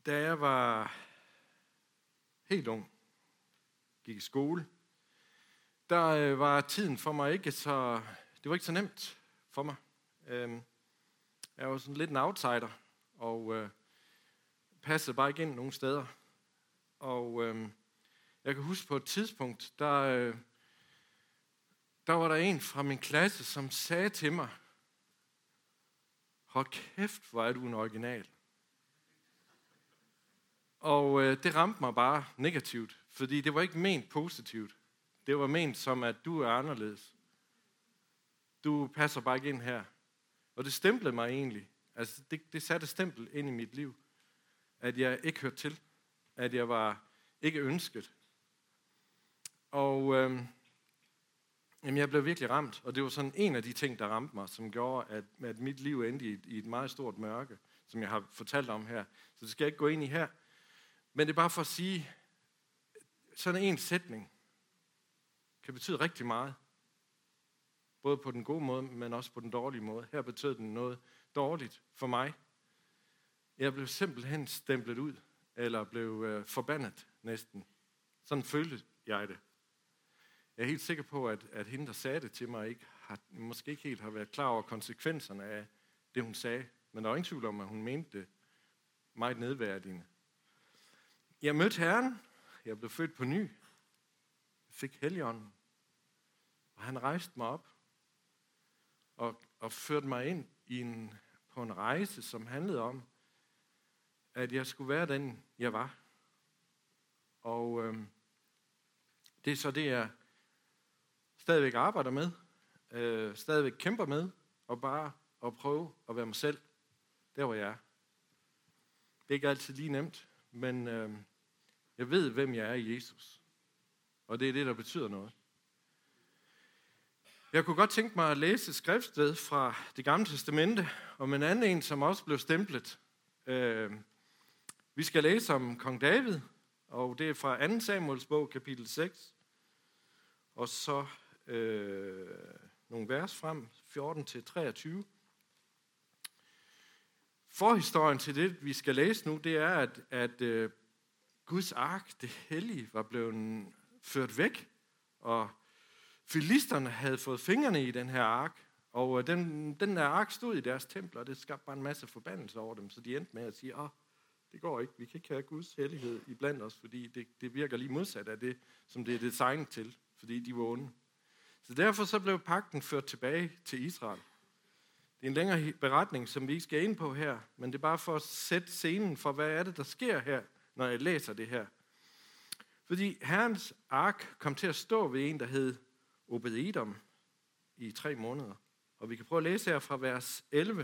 Da jeg var helt ung, gik i skole, der var tiden for mig ikke så... Det var ikke så nemt for mig. Jeg var sådan lidt en outsider, og passede bare ikke ind nogen steder. Og jeg kan huske på et tidspunkt, der var der en fra min klasse, som sagde til mig, hold kæft, hvor er du en original. Og det ramte mig bare negativt, fordi det var ikke ment positivt. Det var ment som, at du er anderledes. Du passer bare ikke ind her. Og det stemplede mig egentlig. Altså det satte stempel ind i mit liv. At jeg ikke hørte til. At jeg var ikke ønsket. Og jeg blev virkelig ramt. Og det var sådan en af de ting, der ramte mig, som gjorde, at mit liv endte i et meget stort mørke, som jeg har fortalt om her. Så det skal jeg ikke gå ind i her. Men det er bare for at sige, sådan en sætning kan betyde rigtig meget. Både på den gode måde, men også på den dårlige måde. Her betød den noget dårligt for mig. Jeg blev simpelthen stemplet ud, eller blev forbandet næsten. Sådan følte jeg det. Jeg er helt sikker på, at hende, der sagde det til mig, måske ikke helt har været klar over konsekvenserne af det, hun sagde. Men der var ingen tvivl om, at hun mente det meget nedværdigende. Jeg mødte Herren. Jeg blev født på ny. Jeg fik Helligånden. Og han rejste mig op og førte mig ind på en rejse, som handlede om, at jeg skulle være den, jeg var. Og det er så det, jeg stadigvæk arbejder med, stadigvæk kæmper med, og bare at prøve at være mig selv, der hvor jeg er. Det er ikke altid lige nemt, men jeg ved, hvem jeg er i Jesus. Og det er det, der betyder noget. Jeg kunne godt tænke mig at læse et skriftsted fra Det Gamle Testamente, om en anden en, som også blev stemplet. Vi skal læse om kong David, og det er fra 2. Samuels bog, kapitel 6. Og så nogle vers frem, 14-23. Forhistorien til det, vi skal læse nu, det er, at Guds ark, det hellige, var blevet ført væk, og filisterne havde fået fingrene i den her ark, og den der ark stod i deres templer, og det skabte bare en masse forbandelse over dem, så de endte med at sige, det går ikke, vi kan ikke have Guds hellighed iblandt os, fordi det virker lige modsat af det, som det er designet til, fordi de var onde. Så derfor så blev pagten ført tilbage til Israel. Det er en længere beretning, som vi ikke skal ind på her, men det er bare for at sætte scenen for, hvad er det, der sker her, når jeg læser det her. Fordi Herrens ark kom til at stå ved en, der hed Obed-Edom i 3 måneder. Og vi kan prøve at læse her fra vers 11.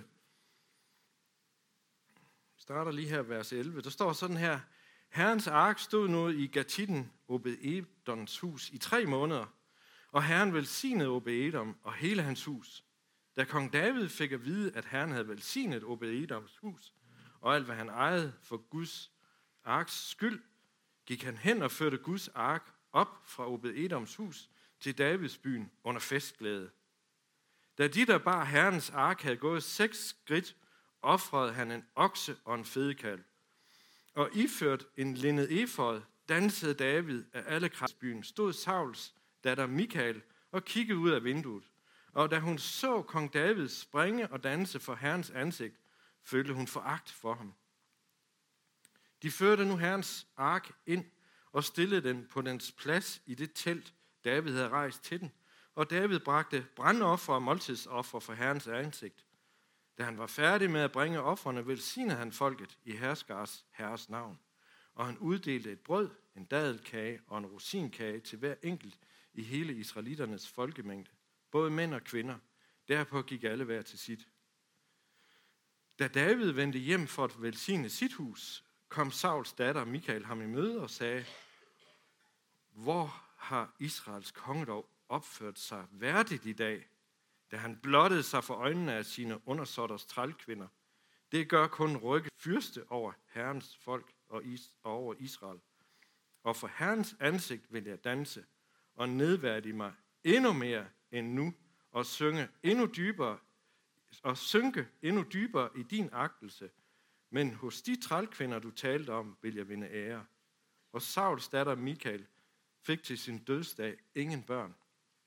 Vi starter lige her vers 11. Der står sådan her: Herrens ark stod nu i Gatitten, Obed-Edoms hus, i 3 måneder. Og Herren velsignede Obed-Edom og hele hans hus. Da kong David fik at vide, at Herren havde velsignet Obed-Edoms hus, og alt hvad han ejede for Guds arks skyld, gik han hen og førte Guds ark op fra Obed-Edoms hus til Davids byen under festglæde. Da de, der bar Herrens ark, havde gået 6 skridt, ofrede han en okse og en fedekalv. Og iført en linnet efod, dansede David af alle kransbyen, stod Sauls datter Michal og kiggede ud af vinduet. Og da hun så kong David springe og danse for Herrens ansigt, følte hun foragt for ham. De førte nu Herrens ark ind og stillede den på dens plads i det telt, David havde rejst til den. Og David bragte brandoffer og måltidsoffer for Herrens ansigt. Da han var færdig med at bringe ofrene, velsignede han folket i herskers herres navn. Og han uddelte et brød, en dadelkage og en rosinkage til hver enkelt i hele israeliternes folkemængde, både mænd og kvinder. Derpå gik alle hver til sit. Da David vendte hjem for at velsigne sit hus, kom Sauls datter Michal ham i møde og sagde: Hvor har Israels konge dog opført sig værdigt i dag, da han blottede sig for øjnene af sine undersåtters trælkvinder? Det gør kun rykke fyrste over Herrens folk og over Israel. Og for Herrens ansigt vil jeg danse og nedværdige mig endnu mere end nu, og synke endnu dybere i din agtelse men hos de trælkvinder, du talte om, vil jeg vinde ære. Og Sauls datter Michal fik til sin dødsdag ingen børn.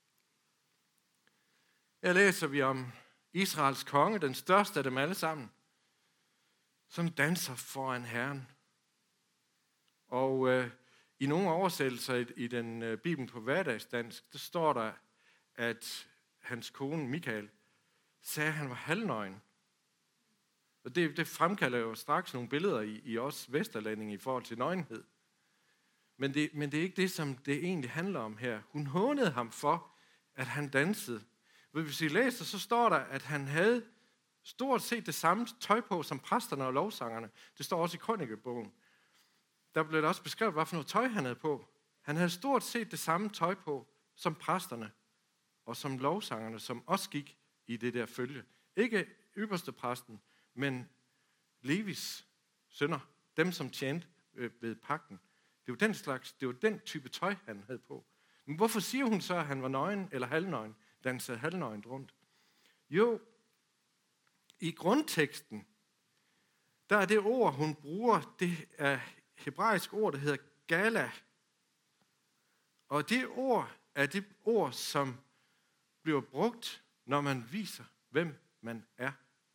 Her læser vi om Israels konge, den største af dem alle sammen, som danser foran Herren. Og i nogle oversættelser i den Bibelen på hverdagsdansk, der står der, at hans kone Michal sagde, at han var halvnøgen. Og det fremkalder jo straks nogle billeder i os vesterlændinge i forhold til nøgenhed. Men det er ikke det, som det egentlig handler om her. Hun hånede ham for, at han dansede. Hvis I læser, så står der, at han havde stort set det samme tøj på som præsterne og lovsangerne. Det står også i krønikebogen. Der blev det også beskrevet, hvad for noget tøj han havde på. Han havde stort set det samme tøj på som præsterne og som lovsangerne, som også gik i det der følge. Ikke ypperste præsten, men Levis sønner, dem som tjente ved pagten. Det var den type tøj, han havde på. Men hvorfor siger hun så, at han var nøgen eller halvnøgen, dansede halvnøgen rundt? Jo, i grundteksten, der er det ord, hun bruger, det er hebraisk ord, der hedder gala. Og det ord er det ord, som bliver brugt, når man viser, hvem man er.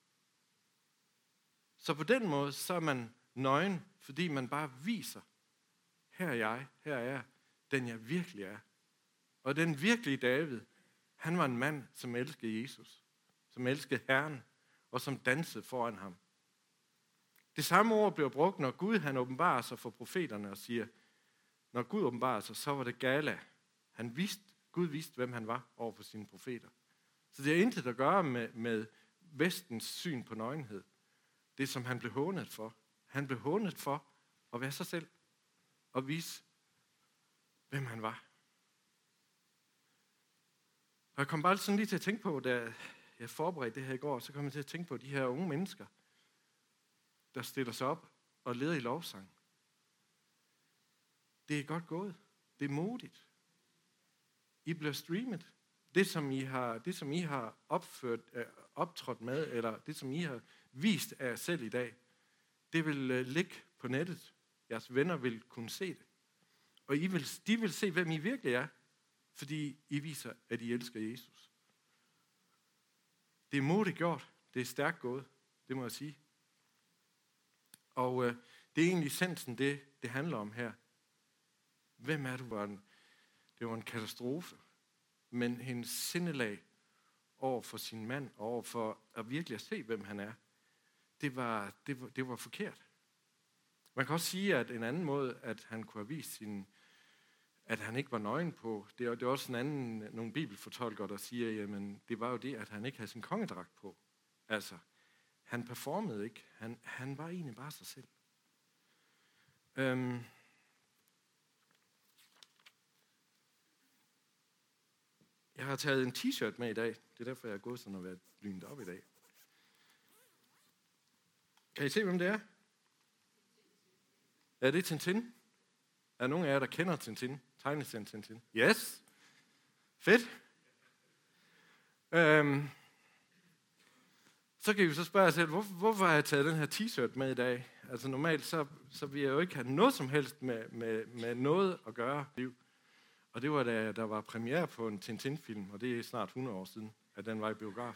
Så på den måde, så er man nøgen, fordi man bare viser, her er jeg, her er jeg, den jeg virkelig er. Og den virkelige David, han var en mand, som elskede Jesus, som elskede Herren, og som dansede foran ham. Det samme ord bliver brugt, når Gud han åbenbarer sig for profeterne og siger, når Gud åbenbarer sig, så var det gala. Gud vidste, hvem han var over for sine profeter. Så det har intet at gøre med vestens syn på nøgenhed. Det, som han blev hånet for. Han blev hånet for at være sig selv og vise, hvem han var. Og jeg kom bare sådan lige til at tænke på, da jeg forberedte det her i går, så kom jeg til at tænke på de her unge mennesker, der stiller sig op og leder i lovsang. Det er godt gået. Det er modigt. I bliver streamet. Det, som I har optrådt med, eller det, som I har vist af jer selv i dag, det vil ligge på nettet. Jeres venner vil kunne se det. Og de vil se, hvem I virkelig er, fordi I viser, at I elsker Jesus. Det er modigt gjort. Det er stærkt gået. Det må jeg sige. Og det er egentlig essensen, det handler om her. Hvem er du? Det var en katastrofe. Men hendes sindelag over for sin mand, over for at virkelig at se, hvem han er, det var forkert. Man kan også sige, at en anden måde, at han kunne have vist at han ikke var nøgen på, det er også nogle bibelfortolkere, der siger, jamen det var jo det, at han ikke havde sin kongedragt på. Altså, han performede ikke. Han var egentlig bare sig selv. Jeg har taget en t-shirt med i dag. Det er derfor, jeg er gået sådan og været lynet op i dag. Kan I se, hvem det er? Er det Tintin? Er der nogen af jer, der kender Tintin? Tegneserien Tintin? Yes! Fedt! Så kan vi så spørge os selv, hvorfor har jeg taget den her t-shirt med i dag? Altså normalt, så vil jeg jo ikke have noget som helst med noget at gøre. Og det var da der var premiere på en Tintin-film, og det er snart 100 år siden, at den var i biograf.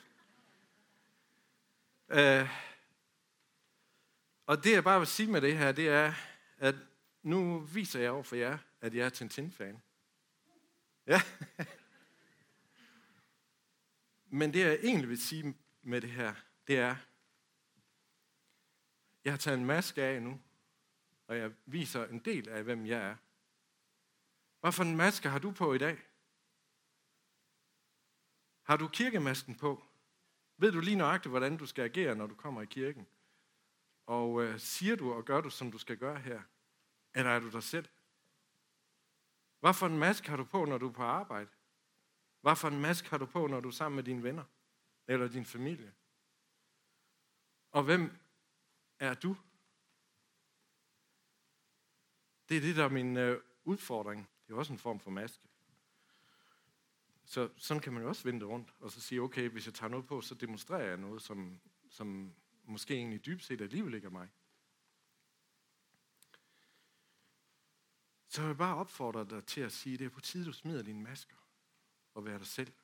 Og det jeg bare vil sige med det her, det er, at nu viser jeg over for jer, at jeg er Tintin-fan. Ja. Men det jeg egentlig vil sige med det her, det er, jeg har taget en maske af nu, og jeg viser en del af, hvem jeg er. Hvad for en maske har du på i dag? Har du kirkemasken på? Ved du lige nøjagtigt, hvordan du skal agere, når du kommer i kirken? Og siger du og gør du, som du skal gøre her? Eller er du dig selv? Hvad for en maske har du på, når du er på arbejde? Hvad for en maske har du på, når du er sammen med dine venner? Eller din familie? Og hvem er du? Det er det, der er min udfordring. Det er også en form for maske. Så sådan kan man jo også vende rundt, og så sige, okay, hvis jeg tager noget på, så demonstrerer jeg noget, som måske egentlig dybt set alligevel ikke er mig. Så jeg vil bare opfordre dig til at sige, at det er på tide, du smider dine masker og være dig selv.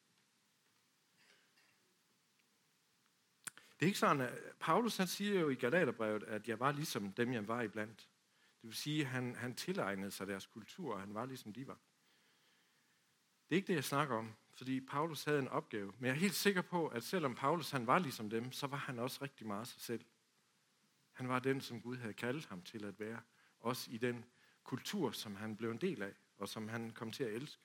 Det er ikke sådan, at Paulus han siger jo i Galaterbrevet, at jeg var ligesom dem, jeg var iblandt. Det vil sige, at han tilegnede sig deres kultur, og han var ligesom de var. Det er ikke det, jeg snakker om, fordi Paulus havde en opgave. Men jeg er helt sikker på, at selvom Paulus han var ligesom dem, så var han også rigtig meget sig selv. Han var den, som Gud havde kaldt ham til at være. Også i den kultur, som han blev en del af, og som han kom til at elske.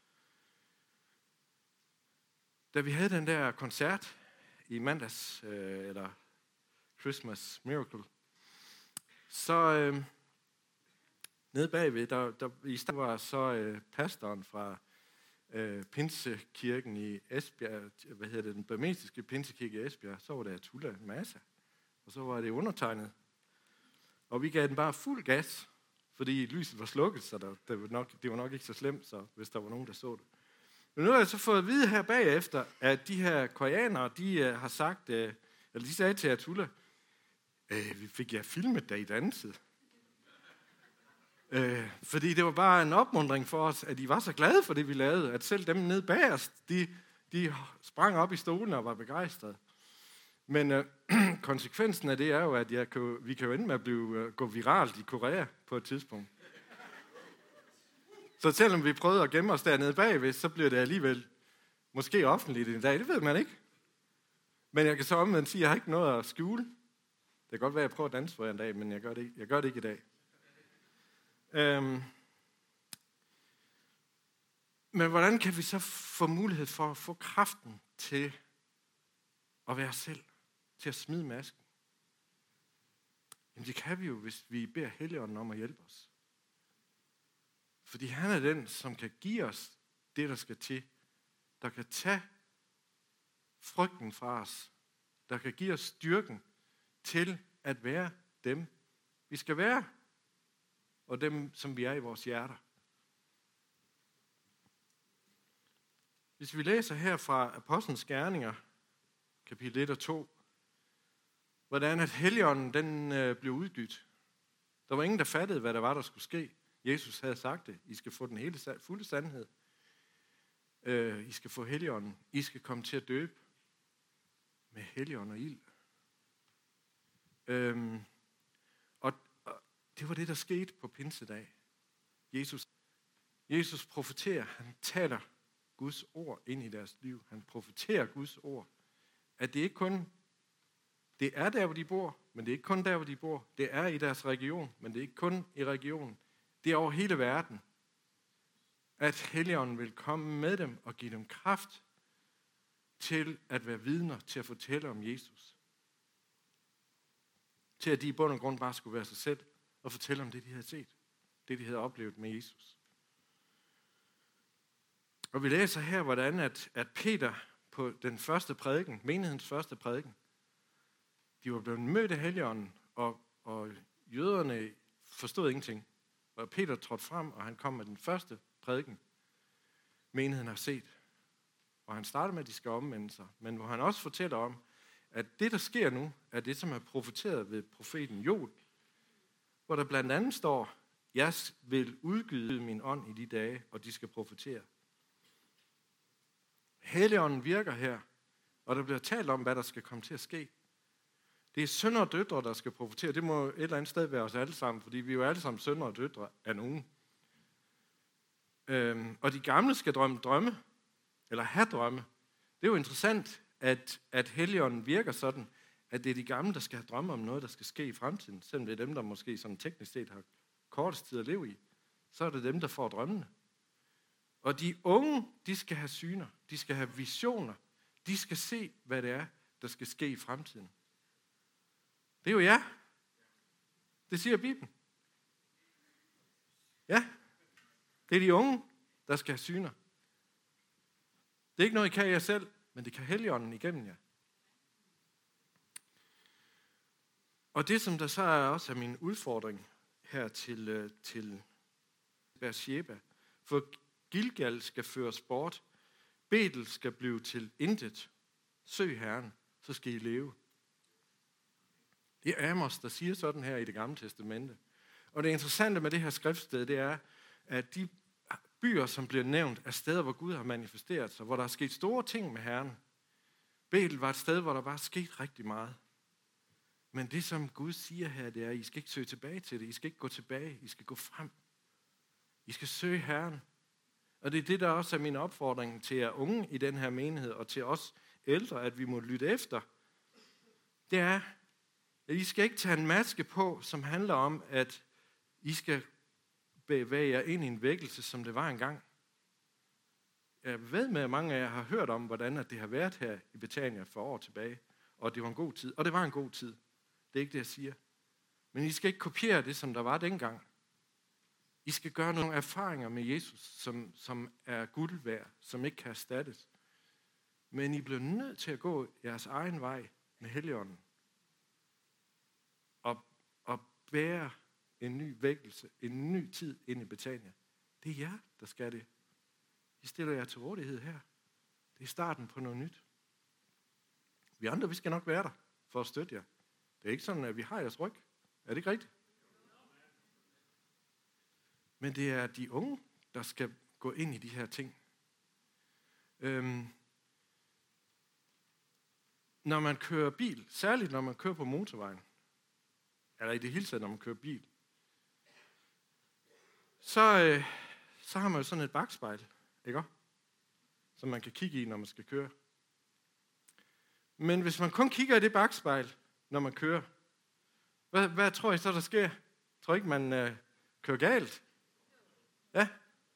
Da vi havde den der koncert i mandags, eller Christmas Miracle, så nede bagved, der i stedet var så pastoren fra Pinsekirken i Esbjerg, den burmesiske Pinsekirke i Esbjerg, så var der Tulla Massa, og så var det undertegnet. Og vi gav den bare fuld gas, fordi lyset var slukket, så det var nok ikke så slemt, så hvis der var nogen, der så det. Men nu har jeg så fået at vide her bagefter, at de her koreanere, de har sagt, eller de sagde til Atula, vi fik jer filmet, da I dansede. Fordi det var bare en opmuntring for os, at I var så glade for det, vi lavede, at selv dem nede bag os, de sprang op i stolene og var begejstrede. Men konsekvensen af det er jo, at vi kan jo ende med at gå viralt i Korea på et tidspunkt. Så selvom vi prøvede at gemme os dernede bagved, så bliver det alligevel måske offentligt en dag. Det ved man ikke. Men jeg kan så omvendt sige, at jeg har ikke noget at skjule. Det kan godt være, at jeg prøver at danse for jer en dag, men jeg gør det ikke i dag. Men hvordan kan vi så få mulighed for at få kraften til at være selv, til at smide masken? Jamen det kan vi jo, hvis vi beder Helligånden om at hjælpe os. Fordi han er den, som kan give os det, der skal til. Der kan tage frygten fra os. Der kan give os styrken til at være dem, vi skal være. Og dem, som vi er i vores hjerter. Hvis vi læser her fra Apostlenes Gerninger, kapitel 1 og 2, hvordan at Helligånden den blev udgydt. Der var ingen, der fattede, hvad der var, der skulle ske. Jesus havde sagt det. I skal få den hele fulde sandhed. I skal få Helligånden. I skal komme til at døbe med Helligånd og ild. Og det var det, der skete på pinsedag. Jesus profeterer. Han taler Guds ord ind i deres liv. Han profeterer Guds ord. At det ikke kun det er der, hvor de bor, men det er ikke kun der, hvor de bor. Det er i deres region, men det er ikke kun i regionen. Det er over hele verden, at Helligånden vil komme med dem og give dem kraft til at være vidner, til at fortælle om Jesus. Til at de i bund og grund bare skulle være sig selv og fortælle om det, de havde set. Det, de havde oplevet med Jesus. Og vi læser her, hvordan at Peter på den første prædiken, menighedens første prædiken, de var blevet mødt af Helligånden, og jøderne forstod ingenting. Og Peter trådte frem, og han kom med den første prædiken, menigheden har set. Og han starter med, at de skal omvende sig. Men hvor han også fortæller om, at det, der sker nu, er det, som er profeteret ved profeten Joel. Hvor der blandt andet står, jeg vil udgyde min ånd i de dage, og de skal profetere. Helligånden virker her, og der bliver talt om, hvad der skal komme til at ske. Det er sønner og døtre, der skal profetere. Det må et eller andet sted være os alle sammen, fordi vi er jo alle sammen sønner og døtre af nogen. Og de gamle skal drømme, eller have drømme. Det er jo interessant, at Helligånden virker sådan, at det er de gamle, der skal have drømme om noget, der skal ske i fremtiden. Selvom det er dem, der måske sådan teknisk set har kortest tid at leve i, så er det dem, der får drømmene. Og de unge, de skal have syner, de skal have visioner, de skal se, hvad det er, der skal ske i fremtiden. Det er jo jer. Det siger Bibelen. Ja, det er de unge, der skal have syner. Det er ikke noget, I kan jer selv, men det kan Helligånden igennem jer. Og det, som der så er også er min udfordring her til Beersheba, for Gilgal skal føres bort, Betel skal blive til intet, søg Herren, så skal I leve. Det er Amos, der siger sådan her i Det Gamle Testamente. Og det interessante med det her skriftsted, det er, at de byer, som bliver nævnt, er steder, hvor Gud har manifesteret sig, hvor der er sket store ting med Herren. Betel var et sted, hvor der bare skete rigtig meget. Men det, som Gud siger her, det er, at I skal ikke søge tilbage til det. I skal ikke gå tilbage. I skal gå frem. I skal søge Herren. Og det er det, der også er min opfordring til jer unge i den her menighed, og til os ældre, at vi må lytte efter. Det er, at I skal ikke tage en maske på, som handler om, at I skal bevæge jer ind i en vækkelse, som det var engang. Jeg ved med, at mange af jer har hørt om, hvordan det har været her i Betania for år tilbage, og det var en god tid. Og det var en god tid. Det er ikke det, jeg siger. Men I skal ikke kopiere det, som der var dengang. I skal gøre nogle erfaringer med Jesus, som er guld værd, som ikke kan erstattes. Men I bliver nødt til at gå jeres egen vej med Helligånden. Og bære en ny vækkelse, en ny tid ind i Betania. Det er jer, der skal det. I stiller jer til rådighed her. Det er starten på noget nyt. Vi andre, vi skal nok være der for at støtte jer. Det er ikke sådan, at vi har jeres ryg. Er det ikke rigtigt? Men det er de unge, der skal gå ind i de her ting. Når man kører bil, særligt når man kører på motorvejen, eller i det hele taget, når man kører bil, så har man jo sådan et bakspejl, ikke? Som man kan kigge i, når man skal køre. Men hvis man kun kigger i det bakspejl, når man kører, hvad tror I så, der sker? Tror I ikke, man kører galt? Ja.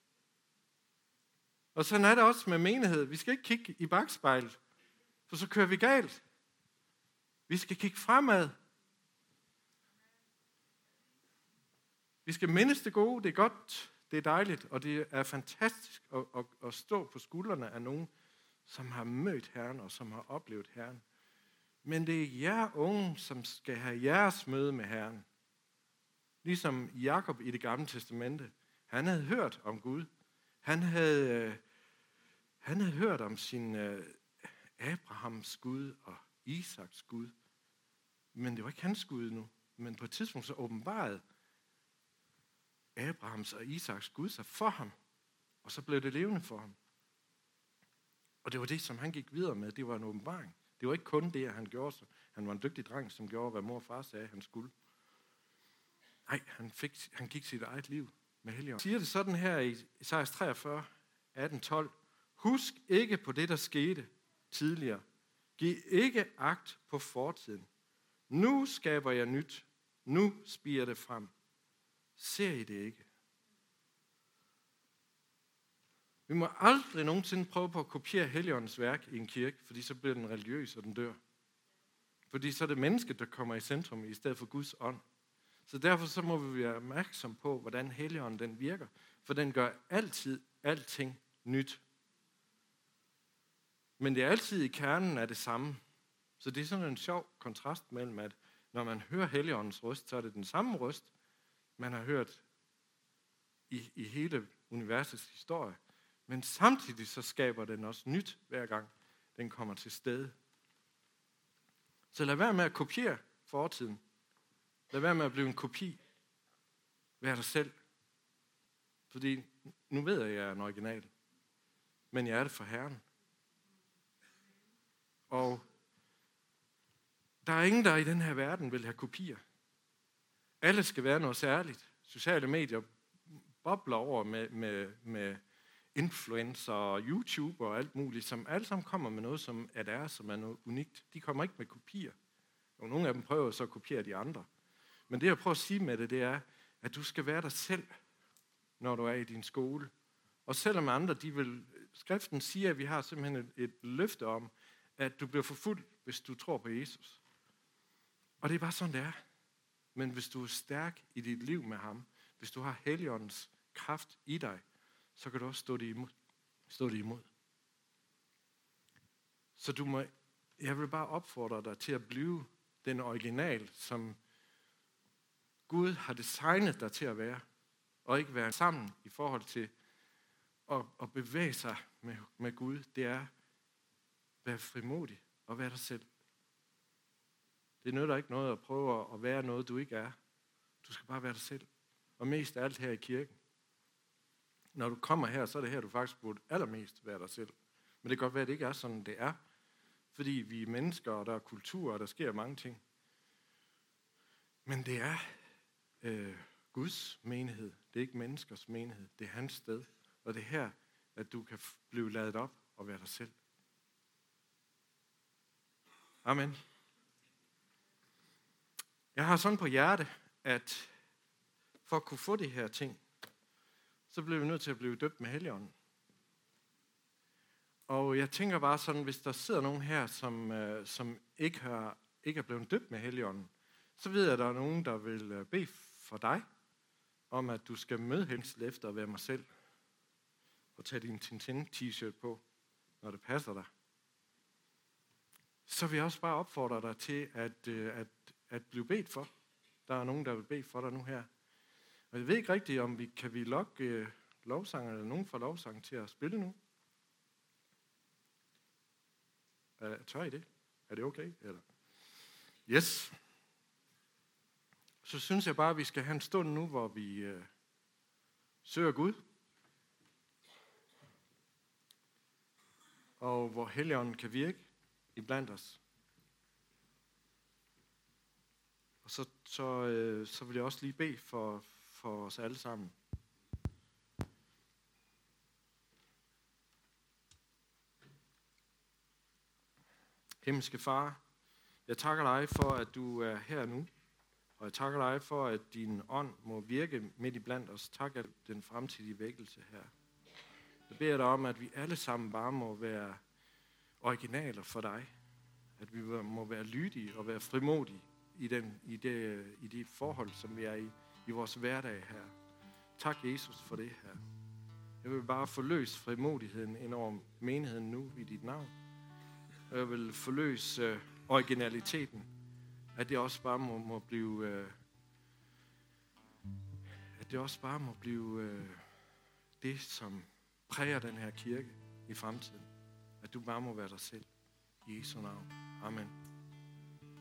Og sådan er det også med menighed. Vi skal ikke kigge i bakspejlet, for så kører vi galt. Vi skal kigge fremad. Vi skal mindes det gode, det er godt, det er dejligt, og det er fantastisk at stå på skuldrene af nogen, som har mødt Herren og som har oplevet Herren. Men det er jer unge, som skal have jeres møde med Herren. Ligesom Jakob i det gamle testamente. Han havde hørt om Gud. Han havde hørt om sin Abrahams Gud og Isaks Gud. Men det var ikke hans Gud nu. Men på et tidspunkt så åbenbarede Abrahams og Isaks Gud sig for ham. Og så blev det levende for ham. Og det var det, som han gik videre med. Det var en åbenbaring. Det var ikke kun det, han gjorde. Han var en dygtig dreng, som gjorde, hvad mor og far sagde, han skulle. Nej, han gik sit eget liv med Helligånden. Siger det sådan her i Esajas 43, 18-12. Husk ikke på det, der skete tidligere. Giv ikke agt på fortiden. Nu skaber jeg nyt. Nu spiger det frem. Ser I det ikke? Vi må aldrig nogensinde prøve på at kopiere Helligåndens værk i en kirke, fordi så bliver den religiøs, og den dør. Fordi så er det mennesket, der kommer i centrum, i stedet for Guds ånd. Så derfor så må vi være opmærksom på, hvordan Helligånden den virker. For den gør altid alting nyt. Men det er altid i kernen af det samme. Så det er sådan en sjov kontrast mellem, at når man hører Helligåndens røst, så er det den samme røst, man har hørt i hele universets historie. Men samtidig så skaber den også nyt, hver gang den kommer til stede. Så lad være med at kopiere fortiden. Lad være med at blive en kopi. Vær dig selv. Fordi nu ved jeg, at jeg er en original. Men jeg er det for Herren. Og der er ingen, der i den her verden vil have kopier. Alle skal være noget særligt. Sociale medier bobler over med influencer og YouTube og alt muligt, som alle sammen kommer med noget, som er deres, som er noget unikt. De kommer ikke med kopier. Og nogle af dem prøver så at kopiere de andre. Men det, jeg prøver at sige med det, det er, at du skal være dig selv, når du er i din skole. Og selvom andre, skriften siger, at vi har simpelthen et løfte om, at du bliver forfulgt, hvis du tror på Jesus. Og det er bare sådan, det er. Men hvis du er stærk i dit liv med ham, hvis du har Helligåndens kraft i dig, så kan du også stå det imod. Så jeg vil bare opfordre dig til at blive den original, som Gud har designet dig til at være, og ikke være sammen i forhold til at bevæge sig med Gud. Det er at være frimodig og være dig selv. Det nytter ikke noget at prøve at være noget, du ikke er. Du skal bare være dig selv. og mest af alt her i kirken. Når du kommer her, så er det her, du faktisk burde allermest være dig selv. Men det kan godt være, at det ikke er sådan, det er. Fordi vi er mennesker, og der er kultur, og der sker mange ting. Men det er Guds menighed. Det er ikke menneskers menighed. Det er hans sted. Og det er her, at du kan blive ladet op og være dig selv. Amen. Jeg har sådan på hjerte, at for at kunne få de her ting, så bliver vi nødt til at blive døbt med Helligånden. Og jeg tænker bare sådan, hvis der sidder nogen her, som ikke er blevet døbt med Helligånden, så ved jeg, at der er nogen, der vil bede for dig, om at du skal møde hensel efter at være mig selv, og tage din Tintin-t-shirt på, når det passer dig. Så vil jeg også bare opfordre dig til at blive bedt for. Der er nogen, der vil bede for dig nu her. Og jeg ved ikke rigtigt, om vi kan lokke lovsang eller nogen fra lovsang til at spille nu. Tør I det? Er det okay? Eller? Yes. Så synes jeg bare, at vi skal have en stund nu, hvor vi søger Gud. Og hvor Helligånden kan virke iblandt os. Og så vil jeg også lige bede for os alle sammen. Himmelske Far, jeg takker dig for, at du er her nu. Og jeg takker dig for, at din ånd må virke midt i blandt os. Tak for den fremtidige vækkelse her. Jeg beder dig om, at vi alle sammen bare må være originaler for dig. At vi må være lydige og være frimodige i de forhold, som vi er i vores hverdag her. Tak, Jesus, for det her. Jeg vil bare forløse frimodigheden ind over menigheden nu i dit navn. Og jeg vil forløse originaliteten. At det også bare må blive det, som præger den her kirke i fremtiden. At du bare må være dig selv. I Jesu navn. Amen.